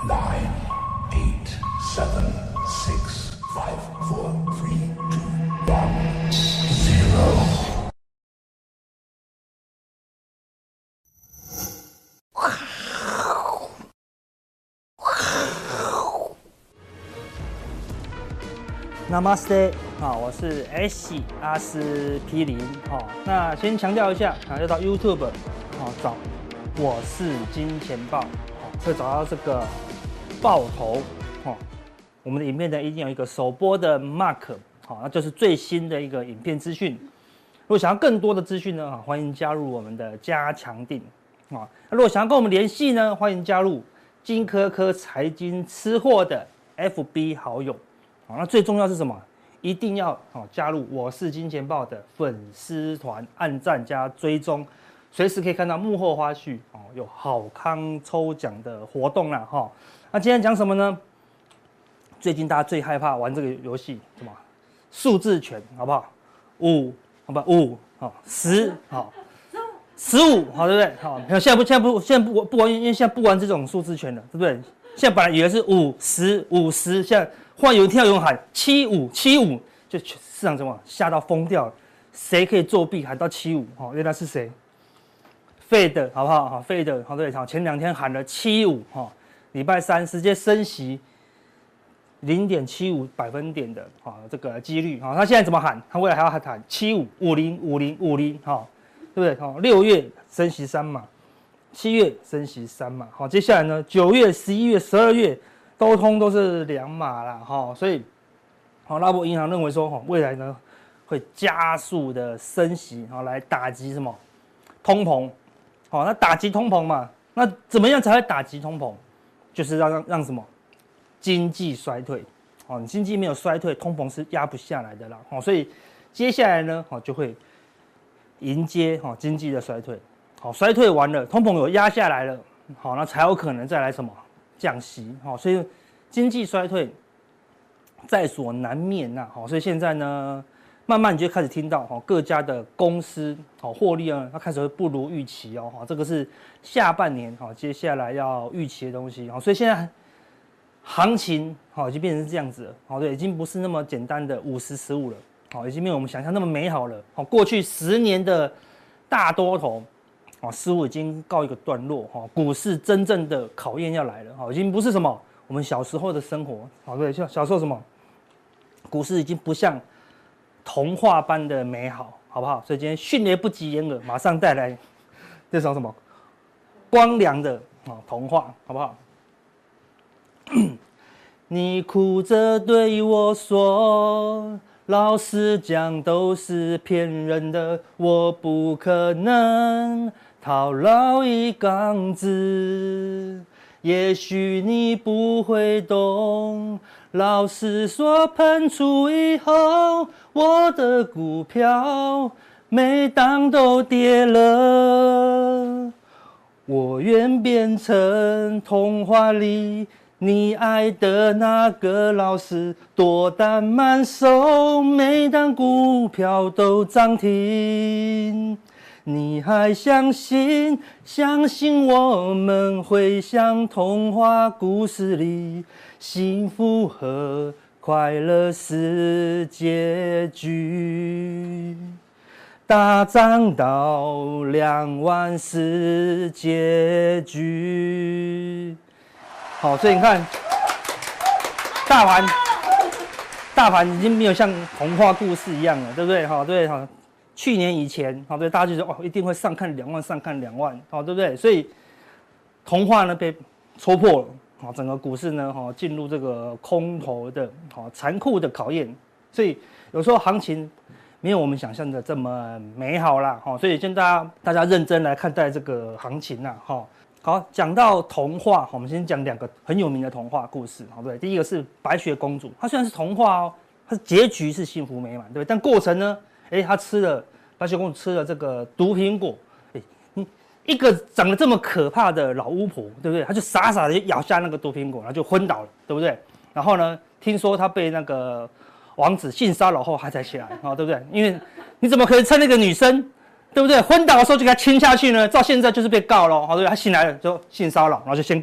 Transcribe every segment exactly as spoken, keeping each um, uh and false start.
nine, eight, seven, six, five, four, three, two, one, zero. ，Namaste， 好，我是 S 阿司匹林，好，那先强调一下，啊，要到 YouTube， 好找我是金钱豹，好，会找到这个爆头，好，我们的影片呢一定有一个首播的 mark， 好，那就是最新的一个影片资讯。如果想要更多的资讯呢，欢迎加入我们的加强定，啊，那如果想要跟我们联系呢，欢迎加入金科科财经吃货的 F B 好友。好，那最重要是什么？一定要好加入我是金钱豹的粉丝团，按赞加追踪，随时可以看到幕后花絮哦，有好康抽奖的活动啦哈。那今天讲什么呢？最近大家最害怕玩这个游戏，什么数字拳，好不好？五，好不好？五，好，十，好，十五，好，对不对？好，现在不，现在不，现在不不玩，因为现在不玩这种数字拳了，对不对？现在本来以为是五十五十，现在忽然有人听到有人喊七五七五，就市场怎么吓到疯掉了？谁可以作弊喊到七五？哦，原来是谁？费的好不好？好，费的好对，好，前两天喊了七五，哈，礼拜三直接升息零点七五百分点的，哈，这个几率，哈，他现在怎么喊？他未来还要喊七五五零五零五零，哈，对不对？好，六月升息三码。七月升息三码，好，接下来呢，九月、十一月、十二月都通都是两码啦，哈，所以，好，拉博银行认为说，哈，未来呢会加速的升息，好，来打击什么通膨，好，那打击通膨嘛，那怎么样才会打击通膨？就是让让让什么经济衰退，好，你经济没有衰退，通膨是压不下来的啦，好，所以接下来呢，好就会迎接好经济的衰退。好，衰退完了，通膨有压下来了，好，那才有可能再来什么降息，好，所以经济衰退在所难免呐，好，所以现在呢，慢慢你就开始听到，好，各家的公司，好，获利啊，它开始会不如预期哦，好，这个是下半年，好，接下来要预期的东西，好，所以现在行情，好，已经变成这样子了，好，对，已经不是那么简单的五十十五了，好，已经没有我们想象那么美好了，好，过去十年的大多头。似乎已经告一个段落，股市真正的考验要来了，已经不是什么我们小时候的生活，好对，像小时候什么股市已经不像童话般的美好，好不好？所以今天迅雷不及掩耳，马上带来这首什么光良的童话，好不好？你哭着对我说，老实讲都是骗人的，我不可能套牢一缸子，也许你不会懂。老实说，喷出以后，我的股票每档都跌了。我愿变成童话里你爱的那个老师，多单满手，每档股票都涨停。你还相信，相信我们会像童话故事里，幸福和快乐是结局。大涨到两万是结局。好，所以你看，大盘，大盘已经没有像童话故事一样了，对不对？好，对，好。去年以前，好，对，大家就说哦，一定会上看两万，上看两万，好，对不对？所以童话呢被戳破了，好，整个股市呢，哈，进入这个空头的，好，残酷的考验。所以有时候行情没有我们想象的这么美好啦，好，所以先大家大家认真来看待这个行情啦，哈。好，讲到童话，我们先讲两个很有名的童话故事，好，对，第一个是白雪公主，她虽然是童话哦，它结局是幸福美满，对不对？但过程呢？哎，他吃了白雪公主吃了这个毒苹果，哎，你一个长得这么可怕的老巫婆，对不对？她就傻傻的咬下那个毒苹果，然后就昏倒了，对不对？然后呢，听说她被那个王子性骚扰后，她才起来，哦，对不对？因为你怎么可以趁那个女生，对不对？昏倒的时候就给她亲下去呢？照现在就是被告了，好，对不对？她醒来了就性骚扰，然后就先告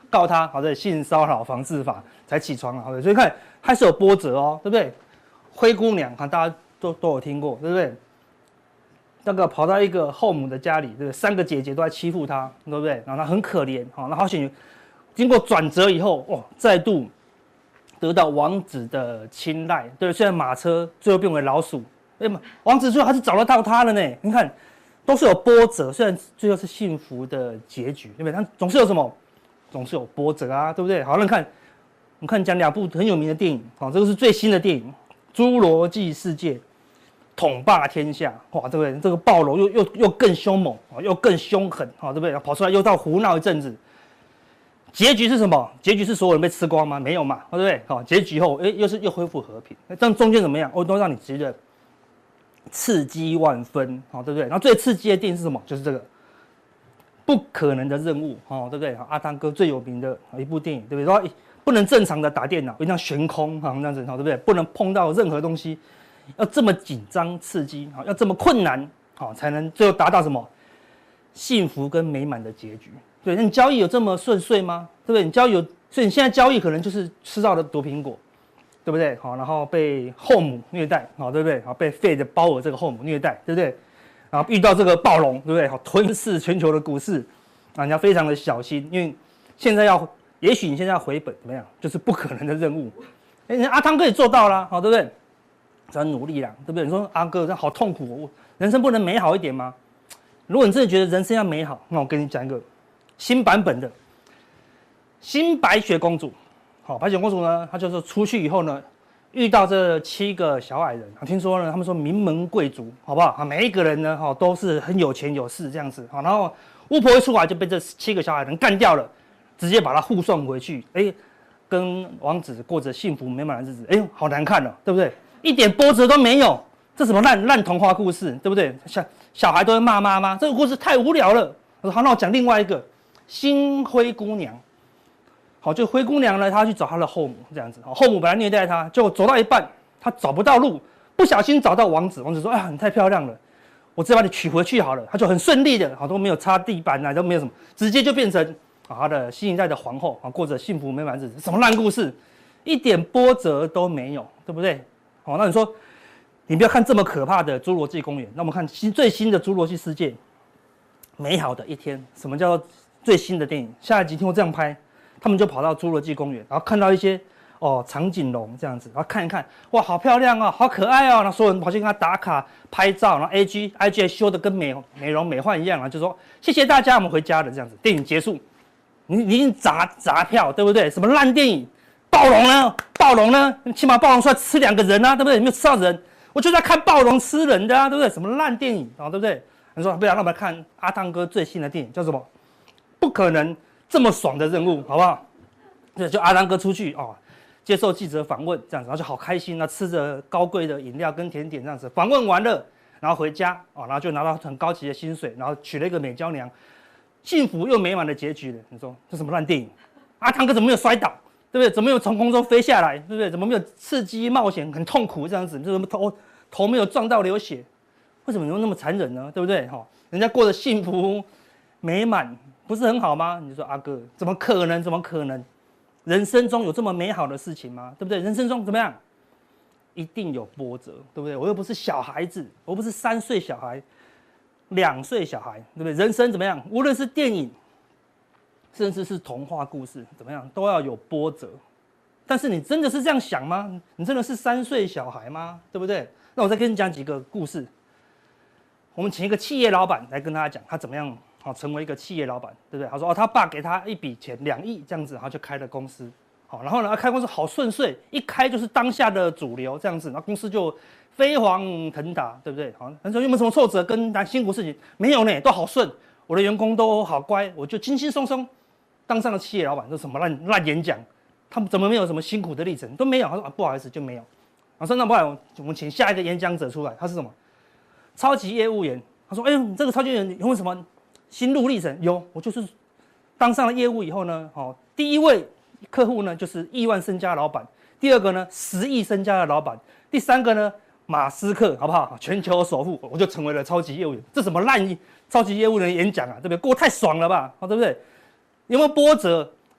告他，好的，性骚扰防治法才起床了，好的，所以看还是有波折哦，对不对？灰姑娘，看大家都都有听过，对不对？那个跑到一个后母的家里，对不对？三个姐姐都在欺负她，对不对？然后她很可怜，好，那好险，经过转折以后，哇，再度得到王子的青睐，对，虽然马车最后变为老鼠，哎嘛，王子最后还是找得到他了呢。你看，都是有波折，虽然最后是幸福的结局，对不对？但总是有什么，总是有波折啊，对不对？好，那你看，我们看讲两部很有名的电影，好，这个是最新的电影《侏罗纪世界》。统霸天下，哇，对不对？这个暴龙又又又更凶猛，又更凶狠，好，对不对？跑出来又到胡闹一阵子，结局是什么？结局是所有人被吃光吗？没有嘛，对不对？好，结局后，哎，又是又恢复和平，但中间怎么样？哦，都让你觉得刺激万分，好，对不对？然后最刺激的电影是什么？就是这个不可能的任务，哦，对不对？阿汤哥最有名的一部电影，对不对？说不能正常的打电脑，一定要悬空，好，这样子，好，对不对？不能碰到任何东西。要这么紧张刺激，要这么困难，好才能最后达到什么幸福跟美满的结局。对，那你交易有这么顺遂吗？对不对？你交易有，所以你现在交易可能就是吃到了毒苹果，对不对？好，然后被后母虐待，好，对不对？好，被费的鲍尔这个后母虐待，对不对？然后遇到这个暴龙，对不对？好，吞噬全球的股市，啊，你要非常的小心，因为现在要，也许你现在要回本怎么样，就是不可能的任务。哎，阿汤哥也做到了，好，对不对？只要努力啦，对不对？你说阿哥这好痛苦哦，人生不能美好一点吗？如果你真的觉得人生要美好，那我跟你讲一个新版本的新白雪公主。好，白雪公主呢，她就是出去以后呢，遇到这七个小矮人，听说呢，他们说名门贵族，好不好？啊，每一个人呢，哈，都是很有钱有势这样子。好，然后巫婆一出来就被这七个小矮人干掉了，直接把她护送回去，哎，跟王子过着幸福美满的日子。哎呦，好难看哦，对不对？一点波折都没有，这什么烂烂童话故事，对不对？小小孩都会骂妈妈，这个故事太无聊了。我说好，那我讲另外一个新灰姑娘。好，就灰姑娘呢，她去找她的后母这样子，后母本来虐待她，就走到一半，她找不到路，不小心找到王子，王子说：“哎呀，你太漂亮了，我直接把你娶回去好了。”她就很顺利的，好都没有擦地板啊，都没有什么，直接就变成啊她的新一代的皇后啊，过着幸福美满日子。什么烂故事，一点波折都没有，对不对？好，那你说，你不要看这么可怕的《侏罗纪公园》，那我们看新最新的《侏罗纪世界》，美好的一天。什么叫做最新的电影？下一集听我这样拍，他们就跑到侏罗纪公园，然后看到一些哦长颈龙这样子，然后看一看，哇，好漂亮哦，好可爱哦，然后所有人跑去跟他打卡拍照，然后 A G I G 修的跟美美容美焕一样，然后就说谢谢大家，我们回家了这样子。电影结束，你你已经砸砸票，对不对？什么烂电影？暴龙呢？暴龙呢？起码暴龙出来吃两个人啊，对不对？没有吃到人，我就在看暴龙吃人的啊，对不对？什么烂电影啊，对不对？你说不要，那我们来看阿汤哥最新的电影叫什么？不可能这么爽的任务，好不好？对，就阿汤哥出去哦，接受记者访问这样子，然后就好开心啊，吃着高贵的饮料跟甜点这样子。访问完了，然后回家哦，然后就拿到很高级的薪水，然后娶了一个美娇娘，幸福又美满的结局了。你说这什么烂电影？阿汤哥怎么没有摔倒？对不对？怎么没有从空中飞下来？对不对？怎么没有刺激冒险、很痛苦这样子？怎么头头没有撞到流血？为什么能那么残忍呢？对不对？哈，人家过得幸福美满，不是很好吗？你就说阿哥，怎么可能？怎么可能？人生中有这么美好的事情吗？对不对？人生中怎么样？一定有波折，对不对？我又不是小孩子，我不是三岁小孩、两岁小孩，对不对？人生怎么样？无论是电影。甚至是童话故事，怎么样都要有波折。但是你真的是这样想吗？你真的是三岁小孩吗？对不对？那我再跟你讲几个故事。我们请一个企业老板来跟大家讲，他怎么样好成为一个企业老板，对不对？他说哦，他爸给他一笔钱两亿这样子，然后就开了公司。好，然后呢，开公司好顺遂，一开就是当下的主流这样子，然后公司就飞黄腾达，对不对？好，他说有没有什么挫折跟难辛苦事情？没有呢，都好顺，我的员工都好乖，我就轻轻松松。当上了企业老板，这什么烂烂演讲？他们怎么没有什么辛苦的历程都没有？他说啊，不好意思，就没有。啊，说那不然我们请下一个演讲者出来，他是什么？超级业务员。他说，哎呦，你这个超级业务员有没有什么心路历程？有，我就是当上了业务以后呢，哦，第一位客户呢就是亿万身家老板，第二个呢十亿身家的老板，第三个呢马斯克，好不好？全球首富，我就成为了超级业务员。这什么烂超级业务员演讲啊，对不对？过太爽了吧？好，对不对？有没有波折？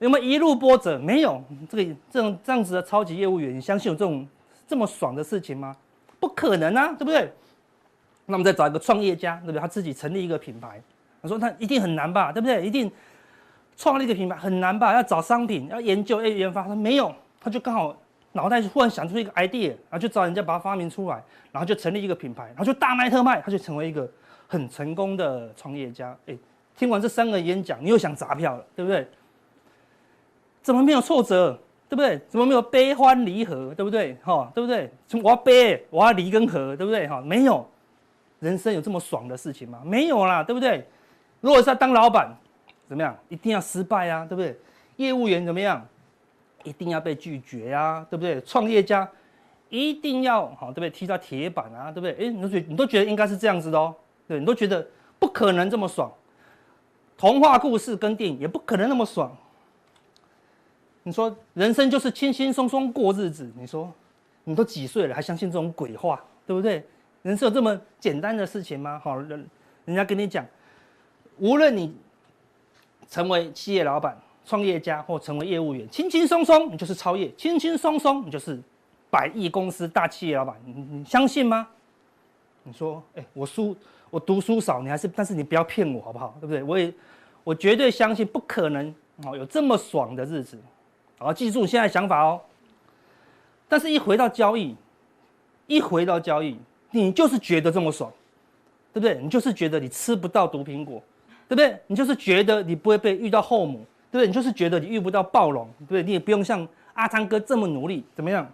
有没有一路波折？没有，这个这种这样子的超级业务员，你相信有这种这么爽的事情吗？不可能啊，对不对？那我们再找一个创业家，对不对？他自己成立一个品牌，他说他一定很难吧，对不对？一定创立一个品牌很难吧？要找商品，要研究，要研发。他说没有，他就刚好脑袋忽然想出一个 idea， 然后就找人家把它发明出来，然后就成立一个品牌，然后就大卖特卖，他就成为一个很成功的创业家。哎，听完这三个演讲，你又想砸票了，对不对？怎么没有挫折？对不对？怎么没有悲欢离合？对不对？哈，对不对？我要悲，我要离跟合，对不对？哈，没有，人生有这么爽的事情吗？没有啦，对不对？如果是要当老板，怎么样？一定要失败啊，对不对？业务员怎么样？一定要被拒绝啊，对不对？创业家一定要好，对不对？踢到铁板啊，对不对？哎，你都觉得你都觉得应该是这样子的哦，对，你都觉得不可能这么爽。童话故事跟电影也不可能那么爽。你说人生就是轻轻松松过日子，你说你都几岁了还相信这种鬼话，对不对？人生有这么简单的事情吗？好，人人家跟你讲，无论你成为企业老板、创业家或成为业务员，轻轻松松你就是超越，轻轻松松你就是百亿公司大企业老板，你你相信吗？你说，哎、欸，我书我读书少，你还是，但是你不要骗我好不好？对不对？我也我绝对相信不可能哦，有这么爽的日子。好，记住现在想法哦。但是，一回到交易，一回到交易，你就是觉得这么爽，对不对？你就是觉得你吃不到毒苹果，对不对？你就是觉得你不会被遇到后母，对不对？你就是觉得你遇不到暴龙，对不对？你也不用像阿汤哥这么努力，怎么样？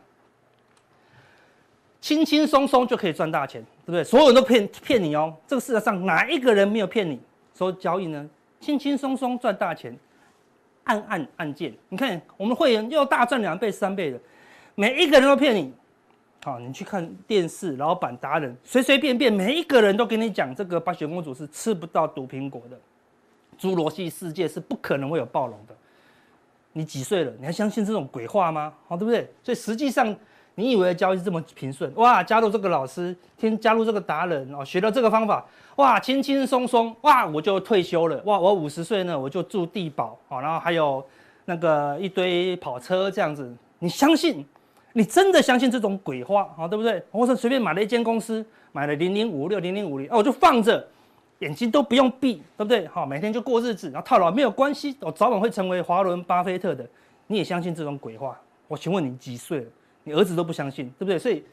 轻轻松松就可以赚大钱，对不对？所有人都骗骗你哦，这个世界上哪一个人没有骗你？说交易呢，轻轻松松赚大钱。按按按键，你看我们会员又大赚两倍三倍的，每一个人都骗你。好，你去看电视，老板达人随随便便每一个人都跟你讲，这个白雪公主是吃不到毒苹果的，侏罗纪世界是不可能会有暴龙的。你几岁了？你还相信这种鬼话吗？好，对不对？所以实际上你以为的交易是这么平顺？哇，加入这个老师，添加入这个达人哦，学了这个方法。哇，轻轻松松，哇，我就退休了。哇，我五十岁呢，我就住地堡，好，然后还有那个一堆跑车这样子。你相信？你真的相信这种鬼话，好，对不对？或者随便买了一间公司，买了零零五六、零零五零，哦，我就放着，眼睛都不用闭，对不对？好，每天就过日子，然后套牢没有关系，我早晚会成为华伦巴菲特的。你也相信这种鬼话？我请问你几岁了？你儿子都不相信，对不对？所以。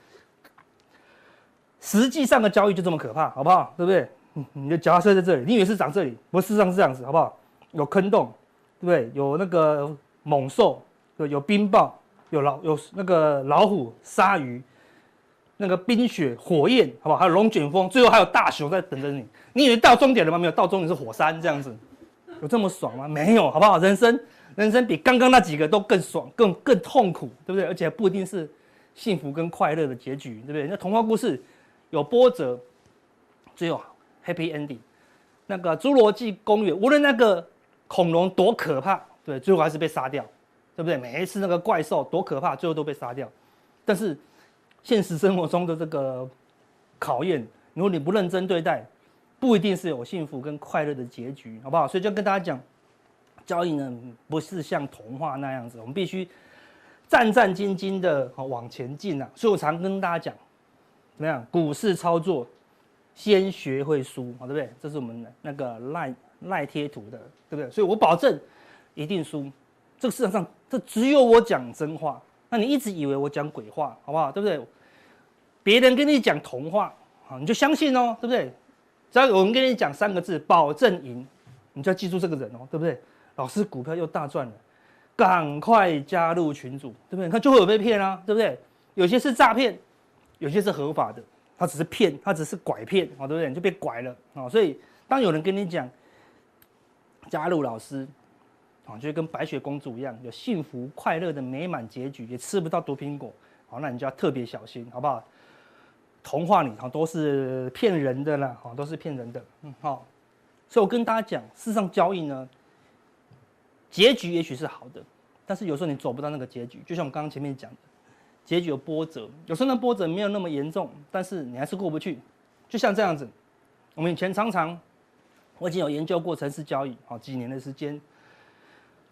实际上的交易就这么可怕，好不好？对不对？你的脚踏车在这里，你以为是长这里，不，事实上是这样子，好不好？有坑洞，对不对？有那个猛兽，对，有冰雹，有老有那个老虎、鲨鱼，那个冰雪、火焰，好不好？还有龙卷风，最后还有大熊在等着你。你以为到终点了吗？没有，到终点是火山这样子，有这么爽吗？没有，好不好？人生，人生比刚刚那几个都更爽，更更痛苦，对不对？而且不一定是幸福跟快乐的结局，对不对？那童话故事。有波折，最后 happy ending。那个侏罗纪公园，无论那个恐龙多可怕，对，最后还是被杀掉，对不对？每一次那个怪兽多可怕，最后都被杀掉。但是现实生活中的这个考验，如果你不认真对待，不一定是有幸福跟快乐的结局，好不好？所以就跟大家讲，交易呢不是像童话那样子，我们必须战战兢兢的往前进啊。所以我常跟大家讲。怎么样？股市操作，先学会输，好，对不对？这是我们那个赖赖贴图的，对不对？所以我保证一定输。这个市场上，这只有我讲真话。那你一直以为我讲鬼话，好不好？对不对？别人跟你讲童话，好，你就相信哦，对不对？只要有人跟你讲三个字，保证赢，你就要记住这个人哦，对不对？老师股票又大赚了，赶快加入群组，对不对？你看就会有被骗啊，对不对？有些是诈骗。有些是合法的，他只是骗，他只是拐骗，好，对不对？你就被拐了，好，所以当有人跟你讲加入老师，好，就跟白雪公主一样，有幸福快乐的美满结局，也吃不到毒苹果，好，那你就要特别小心，好不好？童话里好都是骗人的啦，好，都是骗人的，嗯，好，所以我跟大家讲，事实上交易呢，结局也许是好的，但是有时候你走不到那个结局，就像我刚刚前面讲的。结局有波折，有时候那波折没有那么严重，但是你还是过不去。就像这样子，我们以前常常，我已经有研究过程式交易，好几年的时间。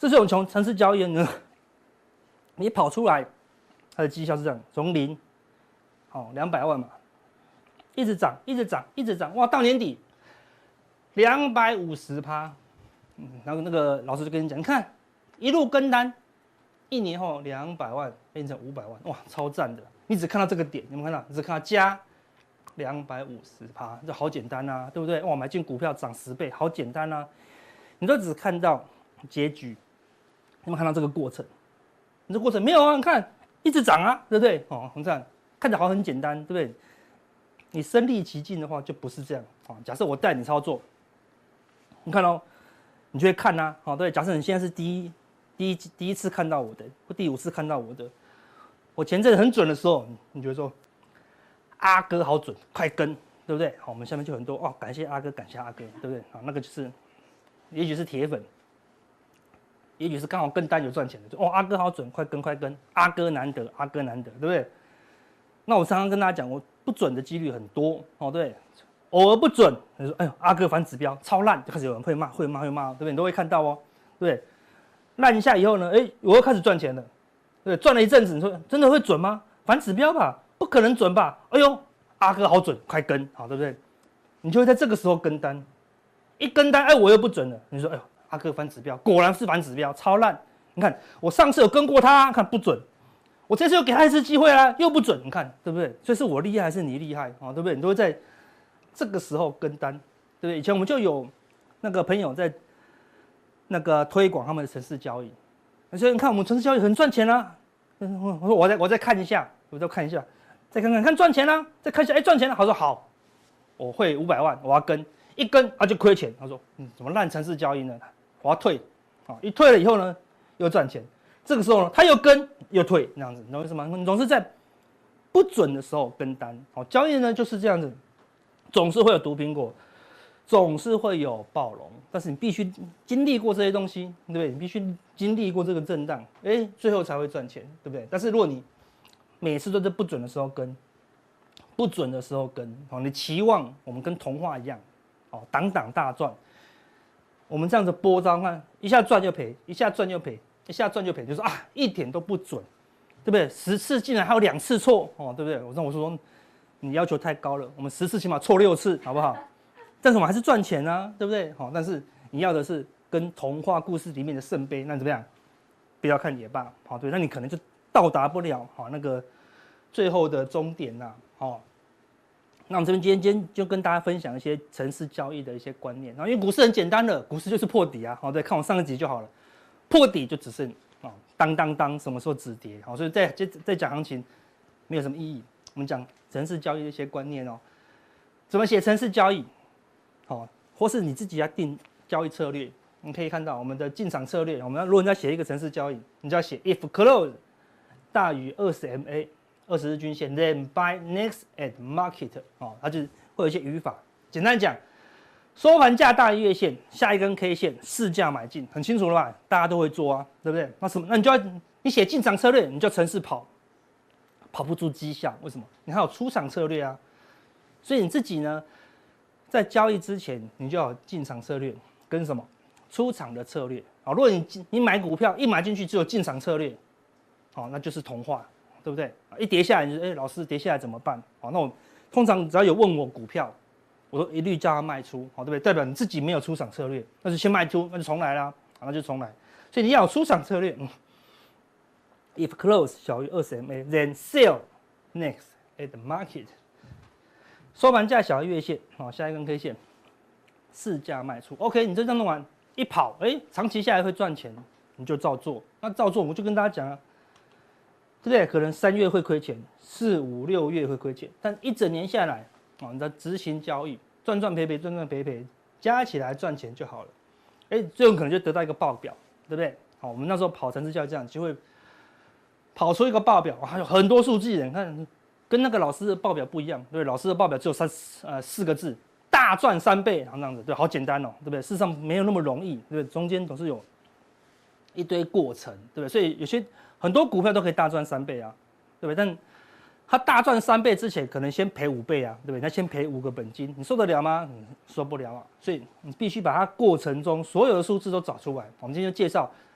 这种从程式交易呢，你跑出来，它的绩效是这样，从零，好两百万嘛，一直涨，一直涨，一直涨，哇，到年底两百五十趴，嗯，然后那个老师就跟你讲，你看一路跟单，一年后两百万变成五百万，哇，超赞的！你只看到这个点，有没有看到？你只看到加两百五十趴，这好简单啊，对不对？哇，买进股票涨十倍，好简单啊！你都只看到结局，有没有看到这个过程？你这过程没有啊？你看一直涨啊，对不对？哦，很赞，看起来好很简单，对不对？你身历其境的话，就不是这样啊。假设我带你操作，你看哦，你就会看呐、啊，好，对。假设你现在是第一、第一、第一次看到我的，或第五次看到我的，我前阵子很准的时候，你觉得说阿哥好准，快跟，对不对？好，我们下面就很多哦，感谢阿哥，感谢阿哥，对不对？好，那个就是，也许是铁粉，也许是刚好跟单有赚钱的，就哦，阿哥好准，快跟快跟，阿哥难得，阿哥难得，对不对？那我常常跟大家讲，我不准的几率很多，哦，对，偶尔不准，你说，哎呦，阿哥反指标超烂，就开始有人会骂，会骂，会骂，对不对？你都会看到哦，对不对？烂一下以后呢，哎，我又开始赚钱了，对，赚了一阵子，你说真的会准吗？反指标吧，不可能准吧？哎呦，阿哥好准，快跟，好，对不对？你就会在这个时候跟单，一跟单，哎，我又不准了，你说，哎呦，阿哥反指标，果然是反指标，超烂。你看我上次有跟过他，看不准。我这次又给他一次机会啦，又不准，你看对不对？所以是我厉害还是你厉害啊？对不对？你都会在这个时候跟单，对不对？以前我们就有那个朋友在那个推广他们的程式交易，所以你看我们程式交易很赚钱啊。我说我再我再看一下，我再看一下，再看看看赚钱啦，再看一下，哎赚钱了。他说好，我会五百万，我要跟一跟啊就亏钱。他说嗯，怎么烂程式交易呢？我要退，啊一退了以后呢又赚钱。这个时候呢，他又跟又退，那样子，你懂我意思吗？你总是在不准的时候跟单，好，交易呢就是这样子，总是会有毒苹果，总是会有暴龙，但是你必须经历过这些东西，对不对？你必须经历过这个震荡，哎，最后才会赚钱，对不对？但是如果你每次都在不准的时候跟，不准的时候跟，好，你期望我们跟童话一样，好，档档大赚，我们这样子波招，看一下赚就赔，一下赚就赔。一下赚就赔，就说啊，一点都不准，对不对？十次竟然还有两次错，哦，对不对？我让我说你要求太高了，我们十次起码错六次，好不好？但是我们还是赚钱啊，对不对？好，但是你要的是跟童话故事里面的圣杯，那怎么样？不要看也罢，好，对，那你可能就到达不了好那个最后的终点呐，好。那我们这边今天今天就跟大家分享一些程式交易的一些观念，然后因为股市很简单的，股市就是破底啊，好，对，看我上一集就好了。破底就只剩啊，当当当，什么时候止跌？好，所以在在在讲行情没有什么意义。我们讲程式交易的一些观念哦，怎么写程式交易？好，或是你自己要定交易策略。你可以看到我们的进场策略，我们要如果你要写一个程式交易，你就要写 if close 大于二十 M A 二十日均线 ，then buy next at market 哦，它就是会有一些语法。简单讲。收盘价大于月线，下一根 K 线市价买进，很清楚了吧？大家都会做啊，对不对？那什么？那你就要你写进场策略，你就程式跑，跑不出绩效，为什么？你还有出场策略啊，所以你自己呢，在交易之前，你就要有进场策略跟什么出场的策略啊。如果你你买股票一买进去只有进场策略，好，那就是童话，对不对？一跌下来，你就哎、欸，老师跌下来怎么办？好，那我通常只要有问我股票。我都一律叫他卖出，好，对不对？代表你自己没有出场策略，那就先卖出，那就重来啦，好，那就重来。所以你要有出场策略。嗯、If close 小于二十 M A, then sell next at the market。收盘价小于月线，好，下一根 K 线，市价卖出。OK， 你这样弄完一跑，哎，长期下来会赚钱，你就照做。那照做，我就跟大家讲啊，对不对？可能三月会亏钱，四五六月会亏钱，但一整年下来。哦，你的执行交易赚赚赔赔赚赚赔赔，加起来赚钱就好了。哎，最后可能就得到一个报表，对不对？好，我们那时候跑程式交易这样，就会跑出一个报表，还有很多数字，你看跟那个老师的报表不一样，对不对？老师的报表只有三呃四个字，大赚三倍，然后这样子，对，好简单哦，对不对？事实上没有那么容易，对不对？中间总是有一堆过程，对不对？所以有些很多股票都可以大赚三倍啊，对不对？但他大赚三倍之前，可能先赔五倍啊，对不对？那先赔五个本金，你受得了吗？嗯，受不了啊！所以你必须把它过程中所有的数字都找出来。我们今天就介绍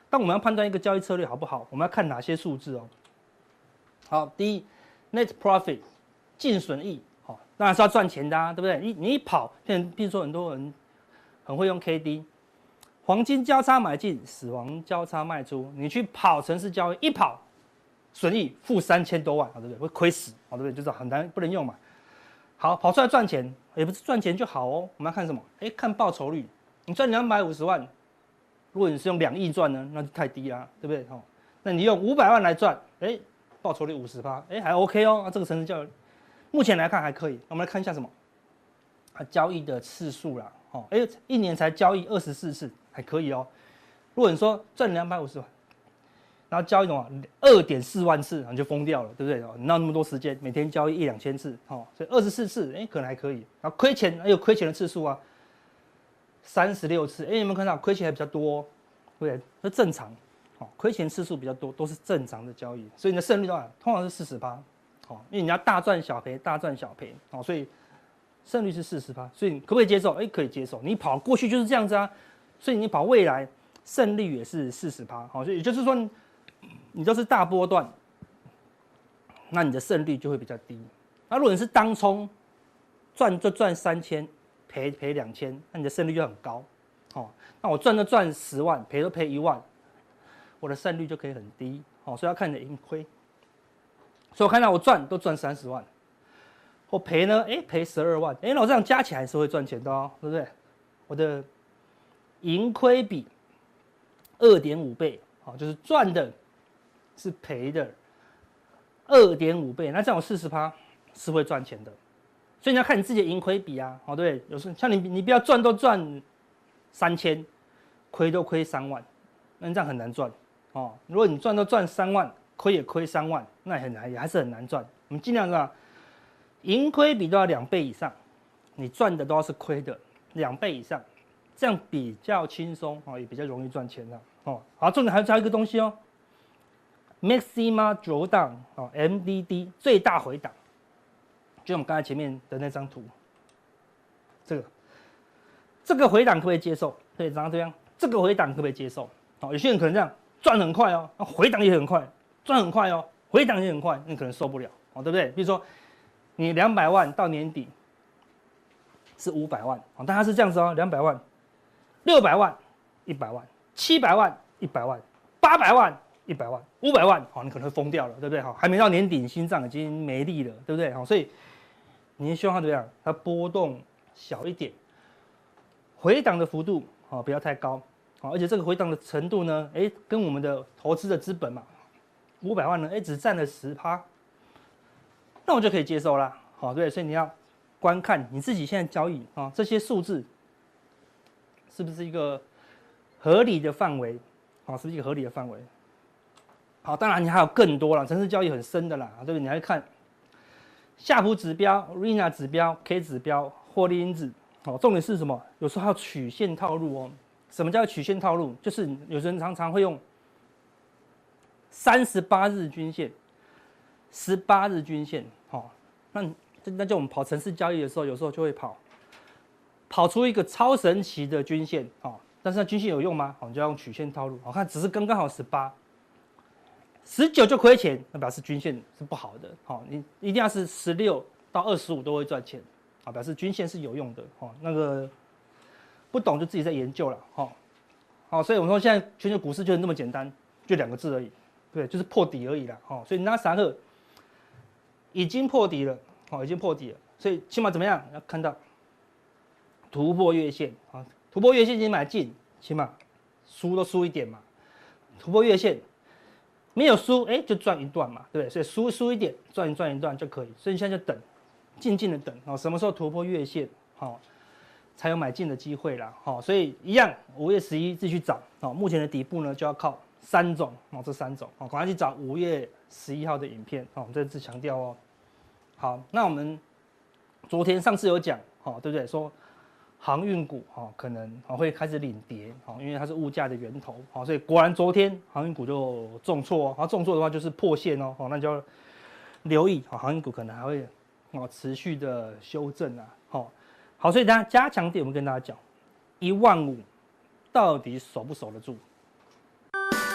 当我们要判断一个交易策略好不好，我们要看哪些数字哦？好，第一 ，net profit 净损益，好，当然是要赚钱的啊，对不对？你你一跑，现在比如说很多人很会用 K D， 黄金交叉买进，死亡交叉卖出，你去跑程式交易，一跑损益负三千多万，对不对？会亏死，对不对？就是很难不能用嘛。好，跑出来赚钱，也不是赚钱就好哦。我们要看什么？哎，看报酬率。你赚两百五十万，如果你是用两亿赚呢，那就太低啦，对不对？哦，那你用五百万来赚，哎，报酬率五十趴，哎，还 OK 哦。那这个程式交易，目前来看还可以。我们来看一下什么？啊，交易的次数啦，哦，哎，一年才交易二十四次，还可以哦。如果你说赚两百五十万，然后交易什么二点四万次，你就疯掉了，对不对？你哪有那么多时间，每天交易一两千次，哦，所以二十四次，哎，可能还可以。然后亏钱，还有亏钱的次数啊，三十六次，哎，有没有看到亏钱还比较多、哦？对不对？这正常，哦，亏钱次数比较多，都是正常的交易，所以你的胜率多少？通常是四十趴，哦，因为你要大赚小赔，大赚小赔，哦，所以胜率是四十趴，所以你可不可以接受？哎，可以接受。你跑过去就是这样子啊，所以你跑未来胜率也是四十趴，好，所以也就是说。你都是大波段，那你的胜率就会比较低。那如果你是当冲，赚就赚三千，赔赔两千，那你的胜率就很高。哦，那我赚就赚十万，赔就赔一万，我的胜率就可以很低。哦，所以要看你的盈亏。所以我看到我赚都赚三十万，我赔呢，哎，赔十二万，哎，那我这样加起来是会赚钱的哦，对不对？我的盈亏比二点五倍，好，就是赚的。是赔的二点五倍，那这样有四十趴是会赚钱的，所以你要看你自己的盈亏比啊，哦对，有时候像你你不要赚都赚三千，亏都亏三万，那你这样很难赚哦。如果你赚都赚三万，亏也亏三万，那也很难，也还是很难赚。我们尽量啊，盈亏比都要两倍以上，你赚的都要是亏的两倍以上，这样比较轻松哦，也比较容易赚钱的哦。好，重点还有还有一个东西哦。Maxima Drawdown 哦 ，M D D 最大回档，就我们刚才前面的那张图，这个这个回档可不可以接受？可以长这样，这个回档可不可以接受？哦，有些人可能这样赚很快哦，回档也很快，赚很快哦，回档也很快，你可能受不了哦，对不对？比如说你两百万到年底是五百万哦，但它是这样子哦，两百万、六百万、一百万、七百万、一百万、八百万。一百万、五百万，好，你可能会疯掉了，对不对？好，还没到年底，心脏已经没力了，对不对？好，所以你希望它怎么样？它波动小一点，回档的幅度好不要太高，好，而且这个回档的程度呢，哎，跟我们的投资的资本嘛，五百万呢，哎，只占了十趴，那我就可以接受啦，好，对，所以你要观看你自己现在交易啊，这些数字是不是一个合理的范围？好，是不是一个合理的范围？好，当然你还有更多啦，程式交易很深的啦，对不对？你还看夏普指标、R I N A 指标、K 指标、获利因子。哦，重点是什么？有时候还有曲线套路哦。什么叫曲线套路？就是有人常常会用三十八日均线、十八日均线。哦，那那就我们跑程式交易的时候，有时候就会跑跑出一个超神奇的均线。哦，但是那均线有用吗？哦，你就要用曲线套路。我看只是刚刚好十八。十九就亏钱，那表示均线是不好的。好，你一定要是十六到二十五都会赚钱，好，表示均线是有用的。好，那个不懂就自己在研究了。好，好，所以我们说现在全球股市就是那么简单，就两个字而已，对，就是破底而已啦。好，所以纳斯达克已经破底了，好，已经破底了，所以起码怎么样？要看到突破月线，好，突破月线已经买进，起码输都输一点嘛，突破月线。没有输，哎，就赚一段嘛，对不对？所以输输一点，赚一赚一段就可以。所以你现在就等，静静的等，哦，什么时候突破月线，好，哦，才有买进的机会啦，好，哦，所以一样，五月十一自己去找，哦，目前的底部呢就要靠三种，哦，这三种，哦，赶快去找五月十一号的影片，哦，我们这次强调哦。好，那我们昨天上次有讲，哦，对不对？说航运股哦，可能哦会开始领跌哦，因为它是物价的源头哦，所以果然昨天航运股就重挫哦，然后重挫的话就是破线哦，哦那就要留意哦，航运股可能还会哦持续的修正啊，哦好，所以大家加强点，我们跟大家讲，一万五到底守不守得住？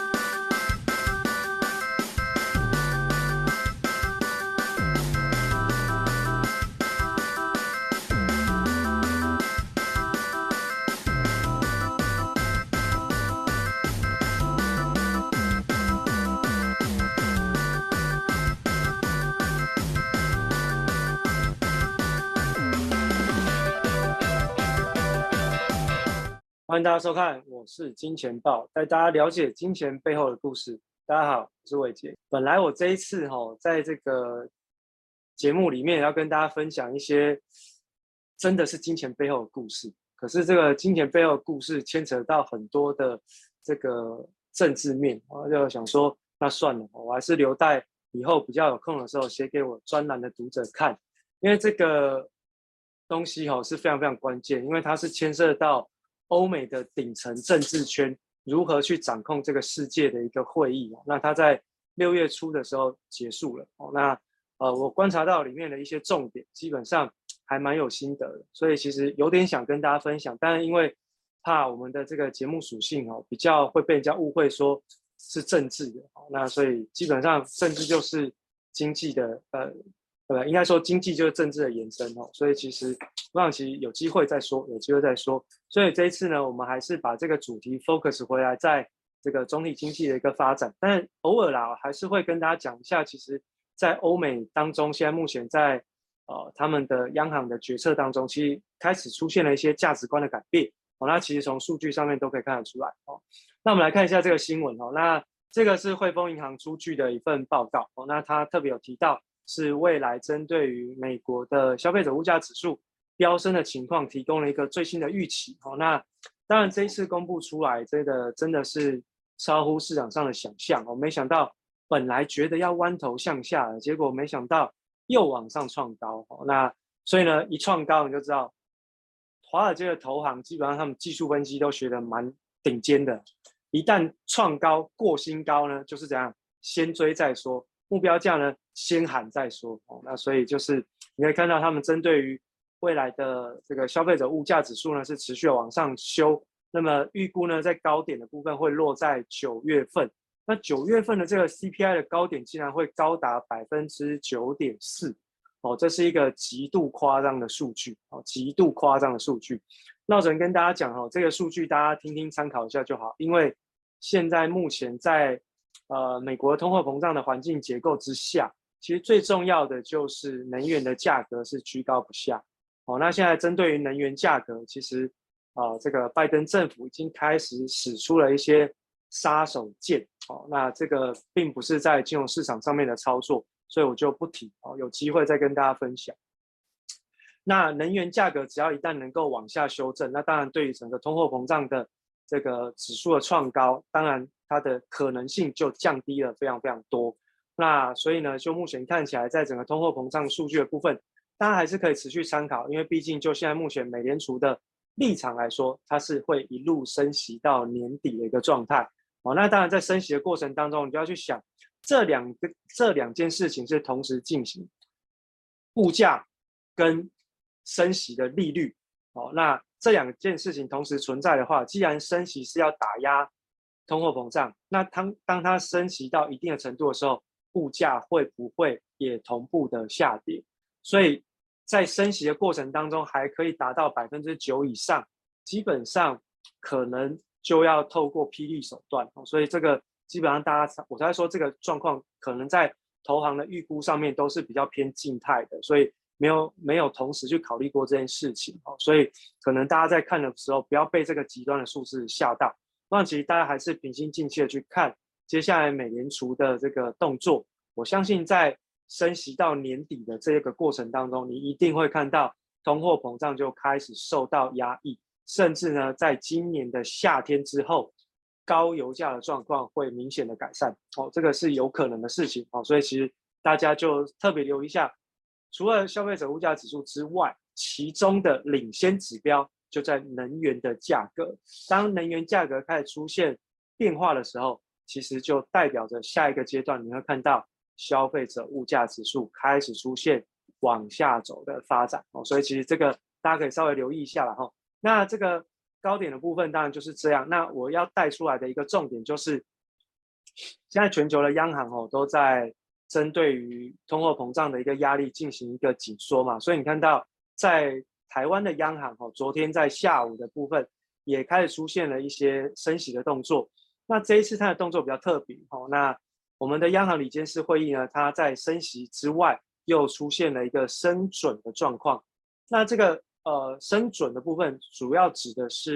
欢迎大家收看，我是金钱豹，带大家了解金钱背后的故事。大家好，我是伟杰。本来我这一次哈、哦，在这个节目里面要跟大家分享一些真的是金钱背后的故事，可是这个金钱背后的故事牵扯到很多的这个政治面，我就想说，那算了，我还是留待以后比较有空的时候写给我专栏的读者看，因为这个东西哈、哦、是非常非常关键，因为它是牵涉到欧美的顶层政治圈如何去掌控这个世界的一个会议。那它在六月初的时候结束了。那呃，我观察到里面的一些重点，基本上还蛮有心得的，所以其实有点想跟大家分享。但是因为怕我们的这个节目属性哦，比较会被人家误会说是政治的，那所以基本上政治就是经济的呃。呃，应该说经济就是政治的延伸哦，所以其实我想其实有机会再说，有机会再说。所以这一次呢，我们还是把这个主题 focus 回来，在这个总体经济的一个发展。但偶尔啦，还是会跟大家讲一下，其实，在欧美当中，现在目前在呃他们的央行的决策当中，其实开始出现了一些价值观的改变。哦，那其实从数据上面都可以看得出来哦。那我们来看一下这个新闻哦，那这个是汇丰银行出具的一份报告哦，那它特别有提到。是未来针对于美国的消费者物价指数飙升的情况提供了一个最新的预期。哦，那当然这一次公布出来，这个真的是超乎市场上的想象。我、哦、没想到本来觉得要弯头向下的，结果没想到又往上创高。哦，那所以呢，一创高你就知道，华尔街的投行基本上他们技术分析都学得蛮顶尖的。一旦创高过新高呢，就是怎样，先追再说。目标价呢，先喊再说。哦，那所以就是你可以看到，他们针对于未来的这个消费者物价指数呢，是持续的往上修。那么预估呢，在高点的部分会落在九月份。那九月份的这个 C P I 的高点竟然会高达百分之九点四。哦，这是一个极度夸张的数据。哦，极度夸张的数据。那我只能跟大家讲哦，这个数据大家听听参考一下就好，因为现在目前在呃，美国通货膨胀的环境结构之下，其实最重要的就是能源的价格是居高不下。哦，那现在针对于能源价格，其实呃，这个拜登政府已经开始使出了一些杀手锏。哦，那这个并不是在金融市场上面的操作，所以我就不提。哦，有机会再跟大家分享。那能源价格只要一旦能够往下修正，那当然对于整个通货膨胀的这个指数的创高，当然它的可能性就降低了非常非常多。那所以呢，就目前看起来，在整个通货膨胀数据的部分，大家还是可以持续参考，因为毕竟就现在目前美联储的立场来说，它是会一路升息到年底的一个状态。哦，那当然在升息的过程当中，你就要去想这两个这两件事情是同时进行，物价跟升息的利率。哦，那这两件事情同时存在的话，既然升息是要打压通货膨胀，那当当它升息到一定的程度的时候，物价会不会也同步的下跌？所以在升息的过程当中，还可以达到百分之九以上，基本上可能就要透过霹雳手段。所以这个基本上大家，我才说这个状况可能在投行的预估上面都是比较偏静态的，所以没有没有同时去考虑过这件事情。所以可能大家在看的时候，不要被这个极端的数字吓到。那其实大家还是平心静气的去看接下来美联储的这个动作。我相信在升息到年底的这个过程当中，你一定会看到通货膨胀就开始受到压抑，甚至呢，在今年的夏天之后，高油价的状况会明显的改善。哦，这个是有可能的事情。哦，所以其实大家就特别留意一下，除了消费者物价指数之外，其中的领先指标就在能源的价格。当能源价格开始出现变化的时候，其实就代表着下一个阶段你会看到消费者物价指数开始出现往下走的发展。哦，所以其实这个大家可以稍微留意一下啦。哦，那这个高点的部分当然就是这样。那我要带出来的一个重点就是，现在全球的央行哦都在针对于通货膨胀的一个压力进行一个紧缩嘛，所以你看到在台湾的央行哦，昨天在下午的部分也开始出现了一些升息的动作。那这一次它的动作比较特别。哦，那我们的央行理监事会议呢，它在升息之外又出现了一个升准的状况。那这个呃升准的部分主要指的是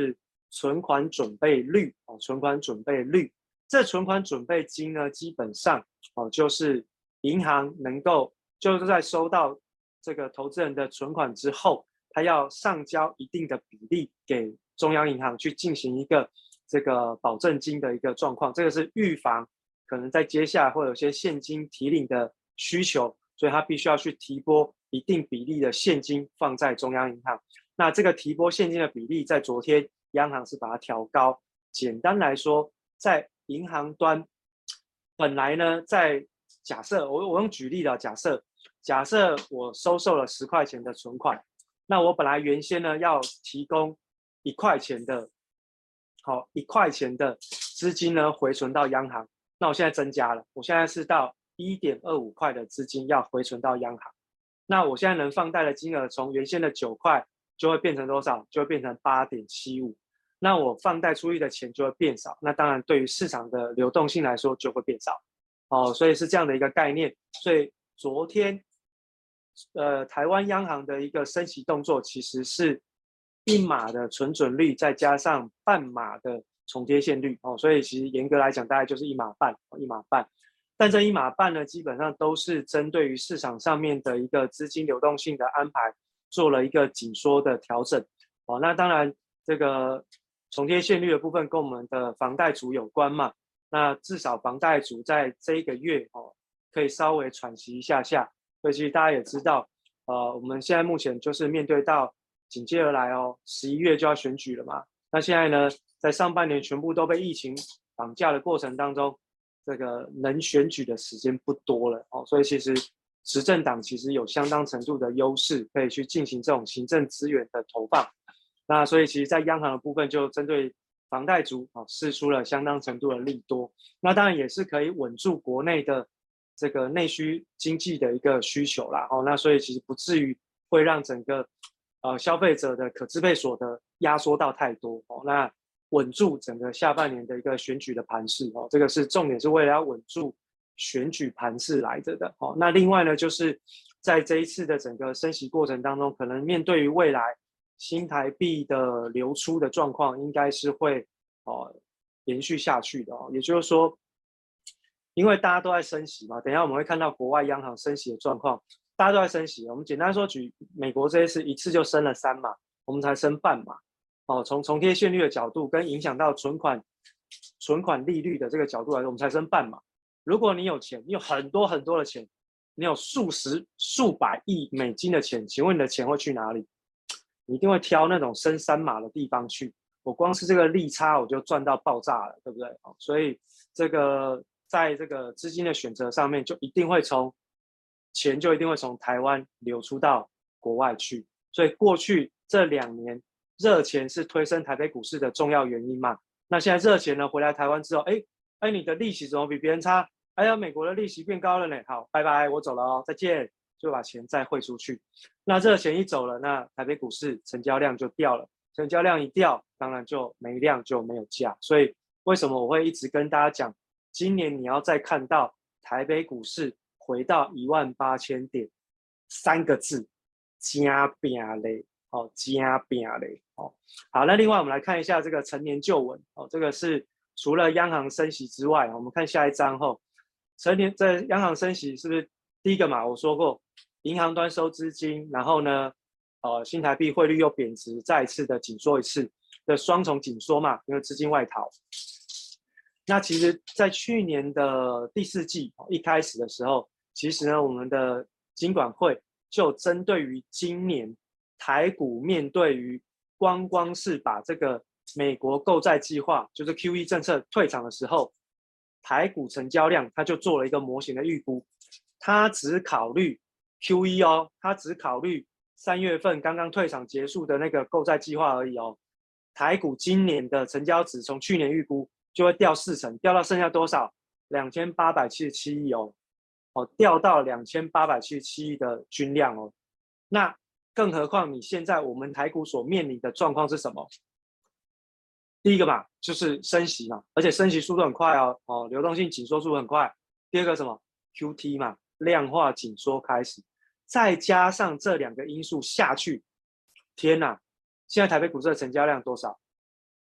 存款准备率哦，存款准备率。这存款准备金呢，基本上哦，就是银行能够就是在收到这个投资人的存款之后，他要上交一定的比例给中央银行去进行一个这个保证金的一个状况，这个是预防可能在接下来会有些现金提领的需求，所以他必须要去提拨一定比例的现金放在中央银行。那这个提拨现金的比例，在昨天央行是把它调高。简单来说，在银行端，本来呢，在假设我我用举例的假设，假设我收受了十块钱的存款，那我本来原先呢要提供一块钱的，好一块钱的资金呢回存到央行，那我现在增加了，我现在是到一点二五块的资金要回存到央行，那我现在能放贷的金额从原先的九块就会变成多少？就会变成八点七五。那我放贷出去的钱就会变少，那当然对于市场的流动性来说就会变少，哦，所以是这样的一个概念。所以昨天，呃，台湾央行的一个升息动作，其实是一码的存准率，再加上半码的重贴现率，哦，所以其实严格来讲，大概就是一码半，一码半。但这一码半呢，基本上都是针对于市场上面的一个资金流动性的安排，做了一个紧缩的调整，哦，那当然这个重贴现率的部分跟我们的房贷族有关嘛，那至少房贷族在这一个月哦，可以稍微喘息一下下。所以其实大家也知道，呃，我们现在目前就是面对到紧接而来哦，十一月就要选举了嘛。那现在呢，在上半年全部都被疫情绑架的过程当中，这个能选举的时间不多了哦，所以其实执政党其实有相当程度的优势，可以去进行这种行政资源的投放。那所以其实在央行的部分就针对房贷族啊释出了相当程度的利多，那当然也是可以稳住国内的这个内需经济的一个需求啦，哦，那所以其实不至于会让整个呃消费者的可支配所得压缩到太多，哦，那稳住整个下半年的一个选举的盘势，哦，这个是重点，是为了要稳住选举盘势来着的，哦，那另外呢，就是在这一次的整个升息过程当中，可能面对于未来新台币的流出的状况，应该是会哦延续下去的哦。也就是说，因为大家都在升息嘛，等一下我们会看到国外央行升息的状况，大家都在升息。我们简单说，举美国这一次一次就升了三码，我们才升半码。哦，从重贴现率的角度跟影响到存款存款利率的这个角度来说，我们才升半码。如果你有钱，你有很多很多的钱，你有数十数百亿美金的钱，请问你的钱会去哪里？你一定会挑那种升三码的地方去。我光是这个利差我就赚到爆炸了，对不对？所以这个在这个资金的选择上面，就一定会从钱就一定会从台湾流出到国外去。所以过去这两年热钱是推升台北股市的重要原因嘛。那现在热钱呢回来台湾之后，哎哎，你的利息怎么比别人差？哎呀，美国的利息变高了呢。好，拜拜，我走了哦，再见。就把钱再汇出去，那热钱一走了，那台北股市成交量就掉了，成交量一掉，当然就没量就没有价。所以为什么我会一直跟大家讲，今年你要再看到台北股市回到一万八千点，三个字，加拼嘞，哦，加拼嘞，哦，好，那另外我们来看一下这个陈年旧闻，哦，这个是除了央行升息之外，我们看下一章后，陈年在央行升息是不是第一个嘛？我说过。银行端收资金，然后呢，呃，新台币汇率又贬值，再一次的紧缩一次的双重紧缩嘛，因为资金外逃。那其实，在去年的第四季一开始的时候，其实呢，我们的金管会就针对于今年台股面对于光光是把这个美国购债计划，就是 Q E 政策退场的时候，台股成交量，它就做了一个模型的预估，它只考虑Q E 哦，它只考虑三月份刚刚退场结束的那个购债计划而已哦。台股今年的成交值从去年预估就会掉四成，掉到剩下多少？两千八百七十七亿哦，哦，掉到两千八百七十七亿的均量哦。那更何况你现在我们台股所面临的状况是什么？第一个嘛，就是升息嘛，而且升息速度很快哦，哦，流动性紧缩速度很快。第二个什么 ？Q T 嘛。量化紧缩开始，再加上这两个因素下去，天哪！现在台北股市的成交量多少？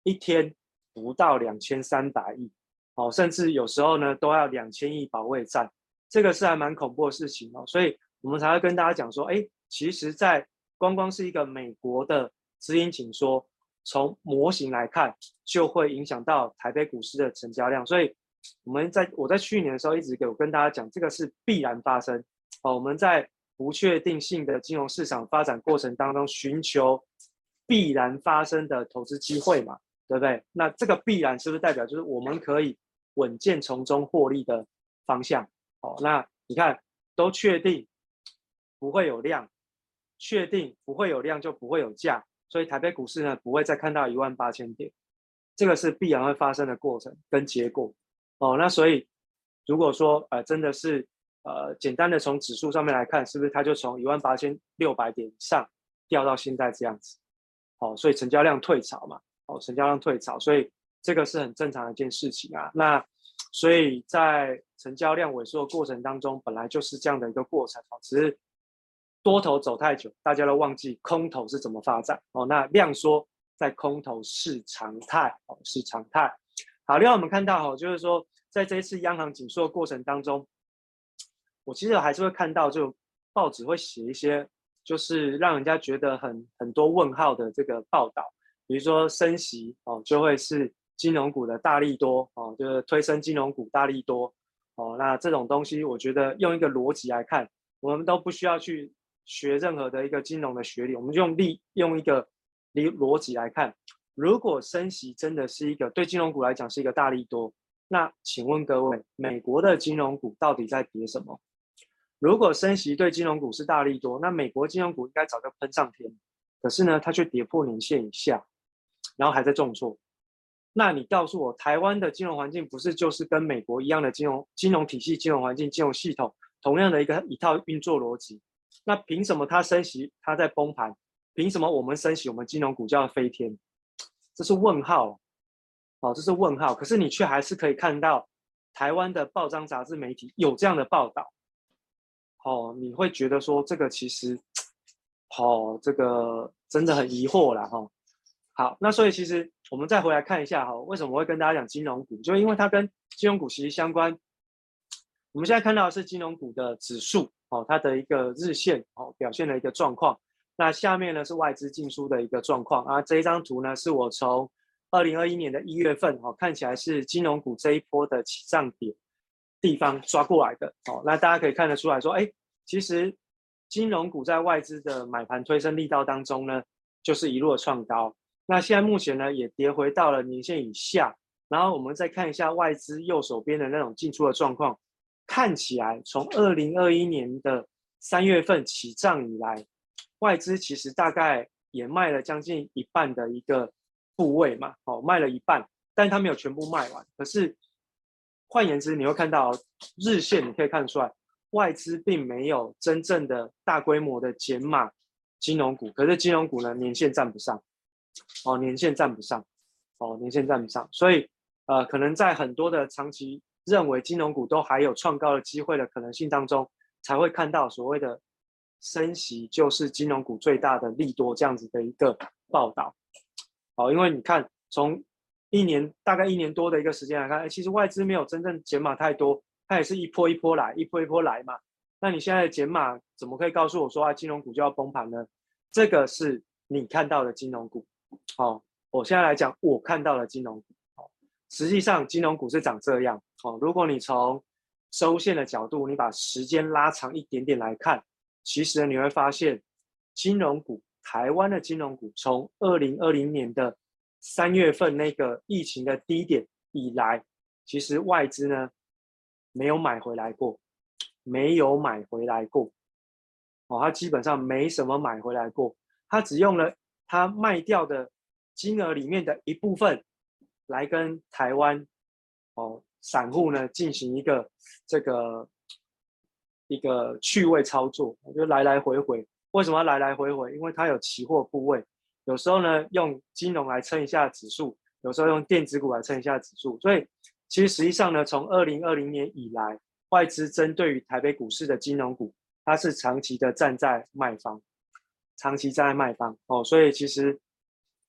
一天不到两千三百亿，哦，甚至有时候呢都要两千亿保卫战，这个是还蛮恐怖的事情哦。所以我们才会跟大家讲说，哎，其实在光光是一个美国的资金紧缩，从模型来看，就会影响到台北股市的成交量。所以我们在我在去年的时候一直有跟大家讲，这个是必然发生。哦，我们在不确定性的金融市场发展过程当中，寻求必然发生的投资机会嘛，对不对？那这个必然是不是代表就是我们可以稳健从中获利的方向？哦，那你看都确定不会有量，确定不会有量就不会有价，所以台北股市呢不会再看到一万八千点，这个是必然会发生的过程跟结果。哦，那所以如果说呃真的是呃简单的从指数上面来看，是不是它就从一万八千六百点以上掉到现在这样子？哦，所以成交量退潮嘛，哦，成交量退潮，所以这个是很正常的一件事情啊。那所以在成交量萎缩的过程当中，本来就是这样的一个过程，哦，只是多头走太久，大家都忘记空头是怎么发展哦。那量缩在空头是常态，哦，是常态。好，另外我们看到哦，就是说在这一次央行紧缩的过程当中，我其实还是会看到，就报纸会写一些，就是让人家觉得很很多问号的这个报道，比如说升息哦，就会是金融股的大利多哦，就是推升金融股大利多哦。那这种东西，我觉得用一个逻辑来看，我们都不需要去学任何的一个金融的学理，我们用力用一个逻辑来看，如果升息真的是一个对金融股来讲是一个大利多，那请问各位，美国的金融股到底在跌什么？如果升息对金融股是大利多，那美国金融股应该早就喷上天，可是呢，它却跌破年线以下，然后还在重挫。那你告诉我，台湾的金融环境不是就是跟美国一样的金融金融体系、金融环境、金融系统同样的一个一套运作逻辑？那凭什么它升息它在崩盘？凭什么我们升息我们金融股就要飞天？这是问号，哦，这是问号。可是你却还是可以看到台湾的报章、杂志、媒体有这样的报道。哦，你会觉得说这个其实，哦，这个真的很疑惑啦，哈、哦。好，那所以其实我们再回来看一下哈、哦，为什么我会跟大家讲金融股，就因为它跟金融股息息相关。我们现在看到的是金融股的指数哦，它的一个日线哦表现的一个状况。那下面呢是外资进出的一个状况啊。这一张图呢是我从二零二一年的一月份哦，看起来是金融股这一波的起涨点地方抓过来的哦。那大家可以看得出来说，哎，其实金融股在外资的买盘推升力道当中呢，就是一路的创高。那现在目前呢也跌回到了年线以下。然后我们再看一下外资右手边的那种进出的状况，看起来从二零二一年的三月份起涨以来，外资其实大概也卖了将近一半的一个部位嘛，哦，卖了一半，但它没有全部卖完。可是换言之，你会看到日线，你可以看出来，外资并没有真正的大规模的减码金融股，可是金融股呢，年线站不上，哦，年线站不上，哦，年线站不上，所以呃，可能在很多的长期认为金融股都还有创高的机会的可能性当中，才会看到所谓的升息就是金融股最大的利多这样子的一个报道。好，因为你看从一年大概一年多的一个时间来看，哎，其实外资没有真正减码太多，它也是一波一波来，一波一波来嘛。那你现在的减码怎么可以告诉我说啊，金融股就要崩盘呢？这个是你看到的金融股。好，我现在来讲我看到的金融股。实际上金融股是长这样哦。如果你从周线的角度，你把时间拉长一点点来看，其实你会发现，金融股台湾的金融股从二零二零年的三月份那个疫情的低点以来，其实外资呢没有买回来过，没有买回来过哦，它基本上没什么买回来过，它只用了它卖掉的金额里面的一部分来跟台湾哦散户呢进行一个这个一个趣味操作，就来来回回。为什么要来来回回？因为它有期货部位，有时候呢用金融来撑一下指数，有时候用电子股来撑一下指数。所以其实实际上呢，从二零二零年以来，外资针对于台北股市的金融股，它是长期的站在卖方，长期站在卖方哦。所以其实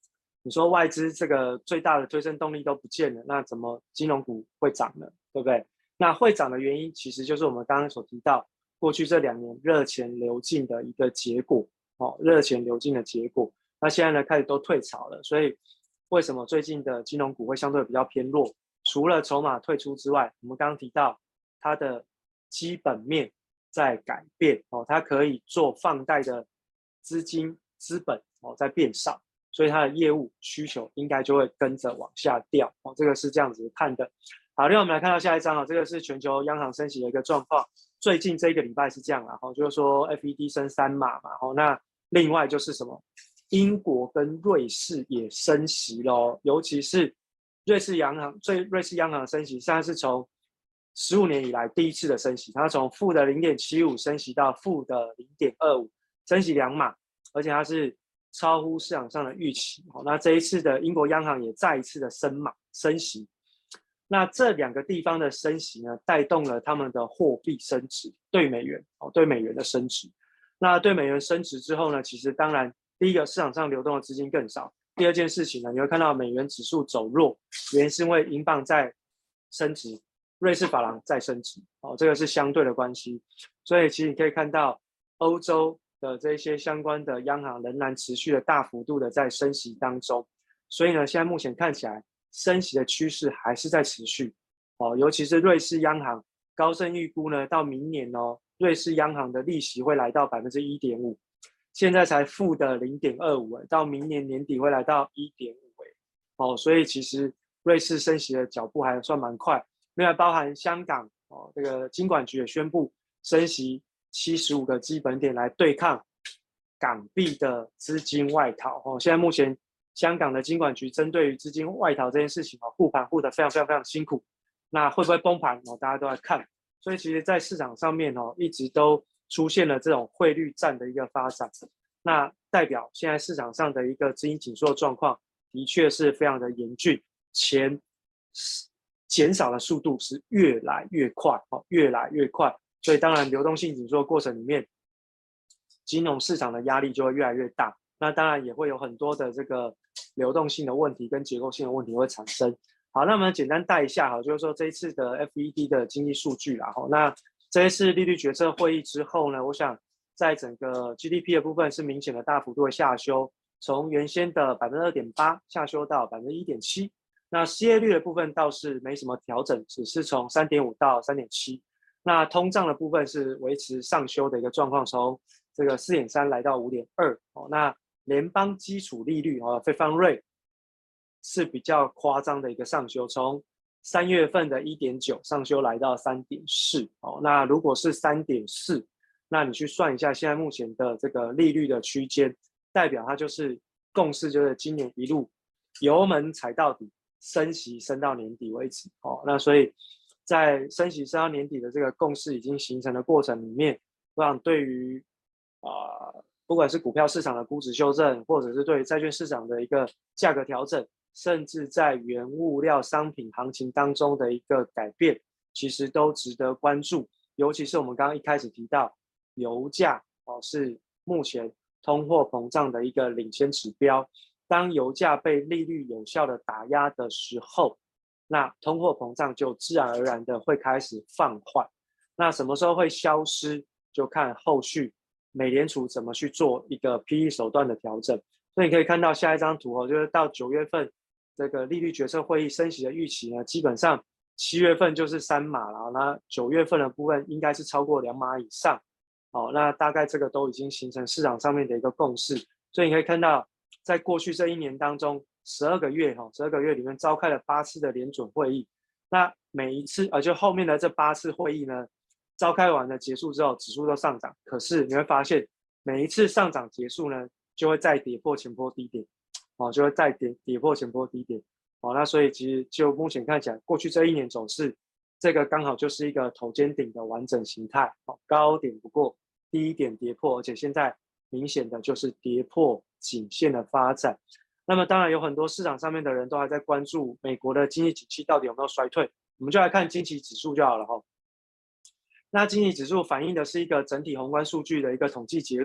你说外资这个最大的推升动力都不见了，那怎么金融股会涨呢？对不对？那会涨的原因，其实就是我们刚刚所提到，过去这两年热钱流进的一个结果哦，热钱流进的结果。那现在呢，开始都退潮了，所以为什么最近的金融股会相对比较偏弱？除了筹码退出之外，我们刚刚提到它的基本面在改变哦，它可以做放贷的资金资本哦在变少，所以它的业务需求应该就会跟着往下掉哦，这个是这样子看的。好，另外我们来看到下一张啊，这个是全球央行升息的一个状况。最近这个礼拜是这样啦，哦，就是说 F E D 升三码嘛，哦，那另外就是什么？英国跟瑞士也升息咯，尤其是瑞士央行，最瑞士央行升息，现在是从十五年以来第一次的升息，它从负的零点七五升息到负的零点二五，升息两码，而且它是超乎市场上的预期。那这一次的英国央行也再一次的升码升息，那这两个地方的升息呢，带动了他们的货币升值，对美元哦，对美元的升值。那对美元升值之后呢，其实当然。第一个，市场上流动的资金更少。第二件事情呢，你会看到美元指数走弱，原因是因为英镑在升值，瑞士法郎在升值，哦，这个是相对的关系。所以其实你可以看到，欧洲的这些相关的央行仍然持续的大幅度的在升息当中。所以呢，现在目前看起来，升息的趋势还是在持续，哦，尤其是瑞士央行高盛预估呢，到明年哦，瑞士央行的利息会来到百分之一点五。现在才负的零点二五，到明年年底会来到一点五，哦，所以其实瑞士升息的脚步还算蛮快。另外包含香港哦，这个金管局也宣布升息七十五个基本点来对抗港币的资金外逃哦。现在目前香港的金管局针对于资金外逃这件事情哦，护盘护得非常非常非常辛苦。那会不会崩盘哦？大家都在看。所以其实在市场上面哦，一直都出现了这种汇率战的一个发展，那代表现在市场上的一个资金紧缩状况的确是非常的严峻，钱减少的速度是越来越快，越来越快。所以当然流动性紧缩的过程里面，金融市场的压力就会越来越大。那当然也会有很多的这个流动性的问题跟结构性的问题会产生。好，那我们简单带一下，就是说这一次的 F E D 的经济数据啦。那这一次利率决策会议之后呢，我想在整个 G D P 的部分是明显的大幅度的下修，从原先的 百分之二点八 下修到 百分之一点七。那失业率的部分倒是没什么调整，只是从 三点五 到 三点七。那通胀的部分是维持上修的一个状况，从这个 四点三 来到 五点二。那联邦基础利率 Fed Fund Rate 是比较夸张的一个上修，从三月份的 一点九 上修来到 三点四。那如果是 三点四， 那你去算一下现在目前的这个利率的区间，代表它就是共识，就是今年一路油门踩到底，升息升到年底为止。那所以在升息升到年底的这个共识已经形成的过程里面，我想对于、呃、不管是股票市场的估值修正，或者是对于债券市场的一个价格调整，甚至在原物料商品行情当中的一个改变，其实都值得关注。尤其是我们刚刚一开始提到油价、哦、是目前通货膨胀的一个领先指标。当油价被利率有效的打压的时候，那通货膨胀就自然而然的会开始放缓。那什么时候会消失，就看后续美联储怎么去做一个 P E 手段的调整。所以你可以看到下一张图、哦、就是到九月份这个利率决策会议升息的预期呢，基本上七月份就是三码了，那九月份的部分应该是超过两码以上。好，那大概这个都已经形成市场上面的一个共识。所以你可以看到在过去这一年当中，十二个月十二个月里面召开了八次的联准会议。那每一次呃就后面的这八次会议呢，召开完了结束之后，指数都上涨。可是你会发现每一次上涨结束呢，就会再跌破前波低点，哦，就会再跌跌破前波低点。哦，那所以其实就目前看起来，过去这一年走势，这个刚好就是一个头肩顶的完整形态。哦，高点不过，低点跌破，而且现在明显的就是跌破颈线的发展。那么当然有很多市场上面的人都还在关注美国的经济景气到底有没有衰退，我们就来看经济指数就好了。那经济指数反映的是一个整体宏观数据的一个统计结果。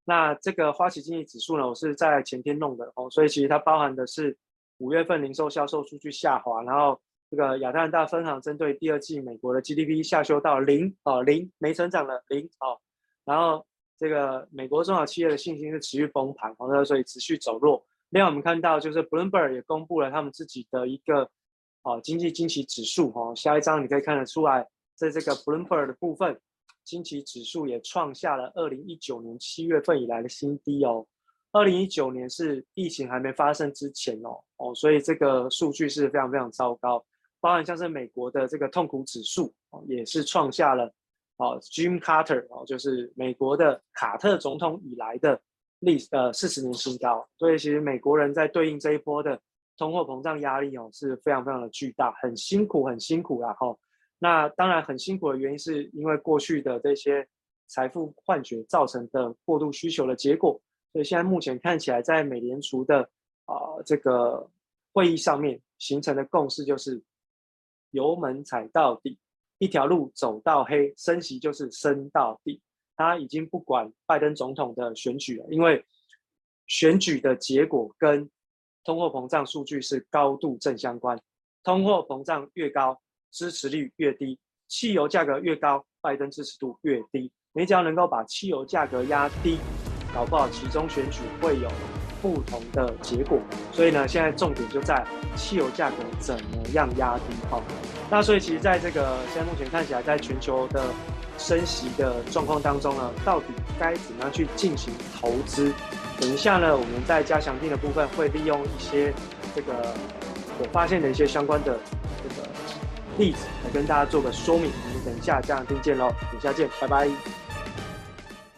那这个花旗经济指数呢，我是在前天弄的哦，所以其实它包含的是五月份零售销售数据下滑，然后这个亚特兰大分行针对第二季美国的 G D P 下修到零哦，零没成长了零哦，然后这个美国中小企业的信心是持续崩盘哦，所以持续走弱。另外我们看到就是 Bloomberg 也公布了他们自己的一个哦经济惊奇指数哦，下一张你可以看得出来，在这个 Bloomberg 的部分。惊奇指数也创下了二零一九年七月份以来的新低哦。二零一九年是疫情还没发生之前哦，哦，所以这个数据是非常非常糟糕。包含像是美国的这个痛苦指数哦，也是创下了哦 Jim Carter 哦，就是美国的卡特总统以来的历呃四十年新高。所以其实美国人在对应这一波的通货膨胀压力哦是非常非常的巨大，很辛苦很辛苦啦哈、哦。那当然很辛苦的原因是因为过去的这些财富幻觉造成的过度需求的结果，所以现在目前看起来在美联储的呃这个会议上面形成的共识就是油门踩到底，一条路走到黑，升息就是升到底。他已经不管拜登总统的选举了，因为选举的结果跟通货膨胀数据是高度正相关，通货膨胀越高支持率越低，汽油价格越高，拜登支持度越低。你只要能够把汽油价格压低，搞不好其中选举会有不同的结果。所以呢，现在重点就在汽油价格怎么样压低。好，那所以其实在这个现在目前看起来，在全球的升息的状况当中呢，到底该怎么样去进行投资？等一下呢，我们在加强定的部分会利用一些这个我发现的一些相关的这个例子来跟大家做个说明，我们等一下加强定见喽，等一下见，拜拜。